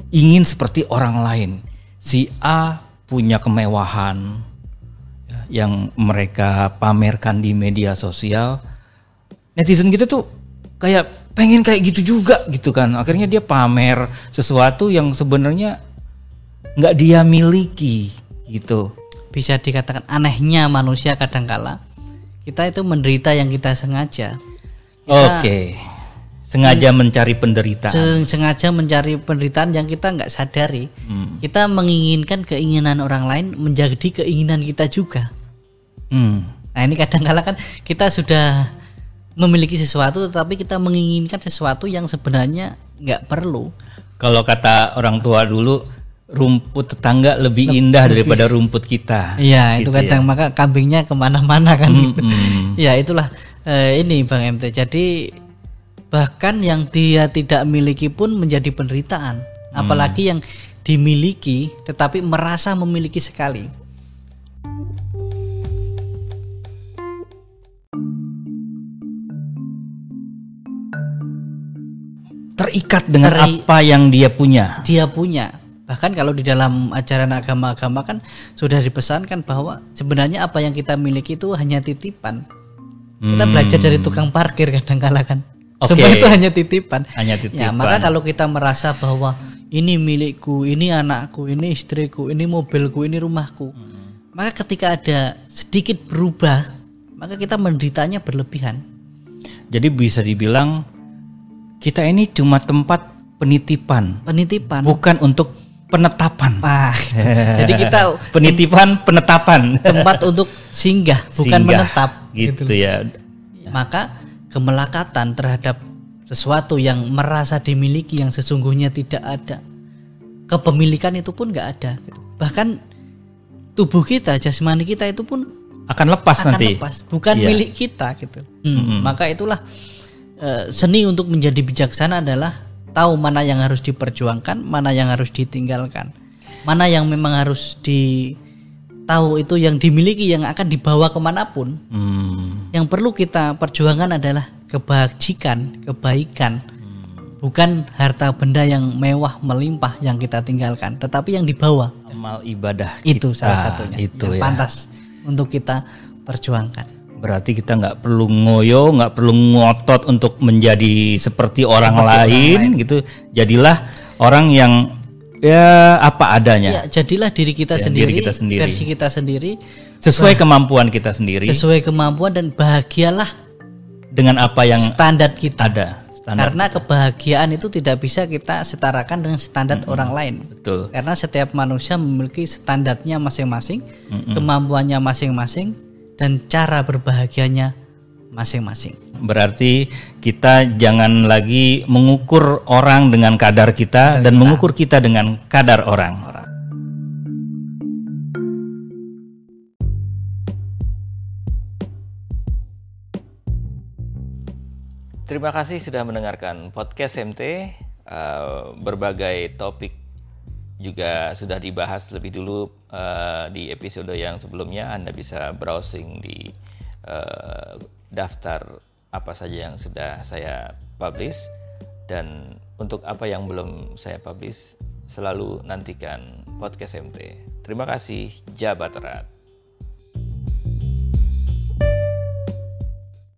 ingin seperti orang lain. Si A punya kemewahan yang mereka pamerkan di media sosial. Netizen kita tuh kayak pengen kayak gitu juga gitu kan. Akhirnya dia pamer sesuatu yang sebenarnya nggak dia miliki gitu. Bisa dikatakan anehnya manusia kadangkala kita itu menderita yang kita sengaja. Oke. Sengaja mencari penderitaan. Sengaja mencari penderitaan yang kita nggak sadari. Kita menginginkan keinginan orang lain menjadi keinginan kita juga. Nah ini kadang-kala kan kita sudah memiliki sesuatu, tetapi kita menginginkan sesuatu yang sebenarnya nggak perlu. Kalau kata orang tua dulu, rumput tetangga lebih indah daripada rumput kita. Iya gitu, itu kadang ya. Maka kambingnya kemana-mana kan. Gitu. Ya itulah ini Bang MT. Jadi bahkan yang dia tidak miliki pun menjadi penderitaan, apalagi yang dimiliki tetapi merasa memiliki sekali. Terikat dengan apa yang dia punya. Bahkan kalau di dalam ajaran agama-agama kan sudah dipesankan bahwa sebenarnya apa yang kita miliki itu hanya titipan. Kita belajar dari tukang parkir kadang-kala kan. Semua itu hanya titipan. Ya, maka kalau kita merasa bahwa ini milikku, ini anakku, ini istriku, ini mobilku, ini rumahku, maka ketika ada sedikit berubah, maka kita menderitanya berlebihan. Jadi bisa dibilang kita ini cuma tempat penitipan, bukan untuk penetapan. Jadi kita penitipan, penetapan, tempat untuk singgah, bukan menetap. Gitu ya. Maka kemelekatan terhadap sesuatu yang merasa dimiliki yang sesungguhnya tidak ada, kepemilikan itu pun nggak ada. Bahkan tubuh kita, jasmani kita itu pun akan lepas nanti. Bukan milik kita gitu. Maka itulah seni untuk menjadi bijaksana adalah tahu mana yang harus diperjuangkan, mana yang harus ditinggalkan, mana yang memang harus tahu itu yang dimiliki yang akan dibawa kemanapun. Yang perlu kita perjuangkan adalah kebaikan, bukan harta benda yang mewah melimpah yang kita tinggalkan, tetapi yang dibawa. Amal ibadah itu kita, salah satunya itu yang ya. Pantas untuk kita perjuangkan. Berarti kita nggak perlu ngoyo, nggak perlu ngotot untuk menjadi seperti orang lain gitu. Jadilah orang yang ya apa adanya. Ya, jadilah diri kita sendiri, versi kita sendiri, sesuai kemampuan kita sendiri. Sesuai kemampuan dan bahagialah dengan apa yang standar kita. Ada. Karena kebahagiaan itu tidak bisa kita setarakan dengan standar orang lain. Betul. Karena setiap manusia memiliki standarnya masing-masing, kemampuannya masing-masing, dan cara berbahagianya masing-masing. Berarti kita jangan lagi mengukur orang dengan kadar kita dan mengukur kita dengan kadar orang. Terima kasih sudah mendengarkan podcast MT. Berbagai topik juga sudah dibahas lebih dulu di episode yang sebelumnya. Anda bisa browsing di daftar apa saja yang sudah saya publish, dan untuk apa yang belum saya publish selalu nantikan podcast MT. Terima kasih, Jabat Erat.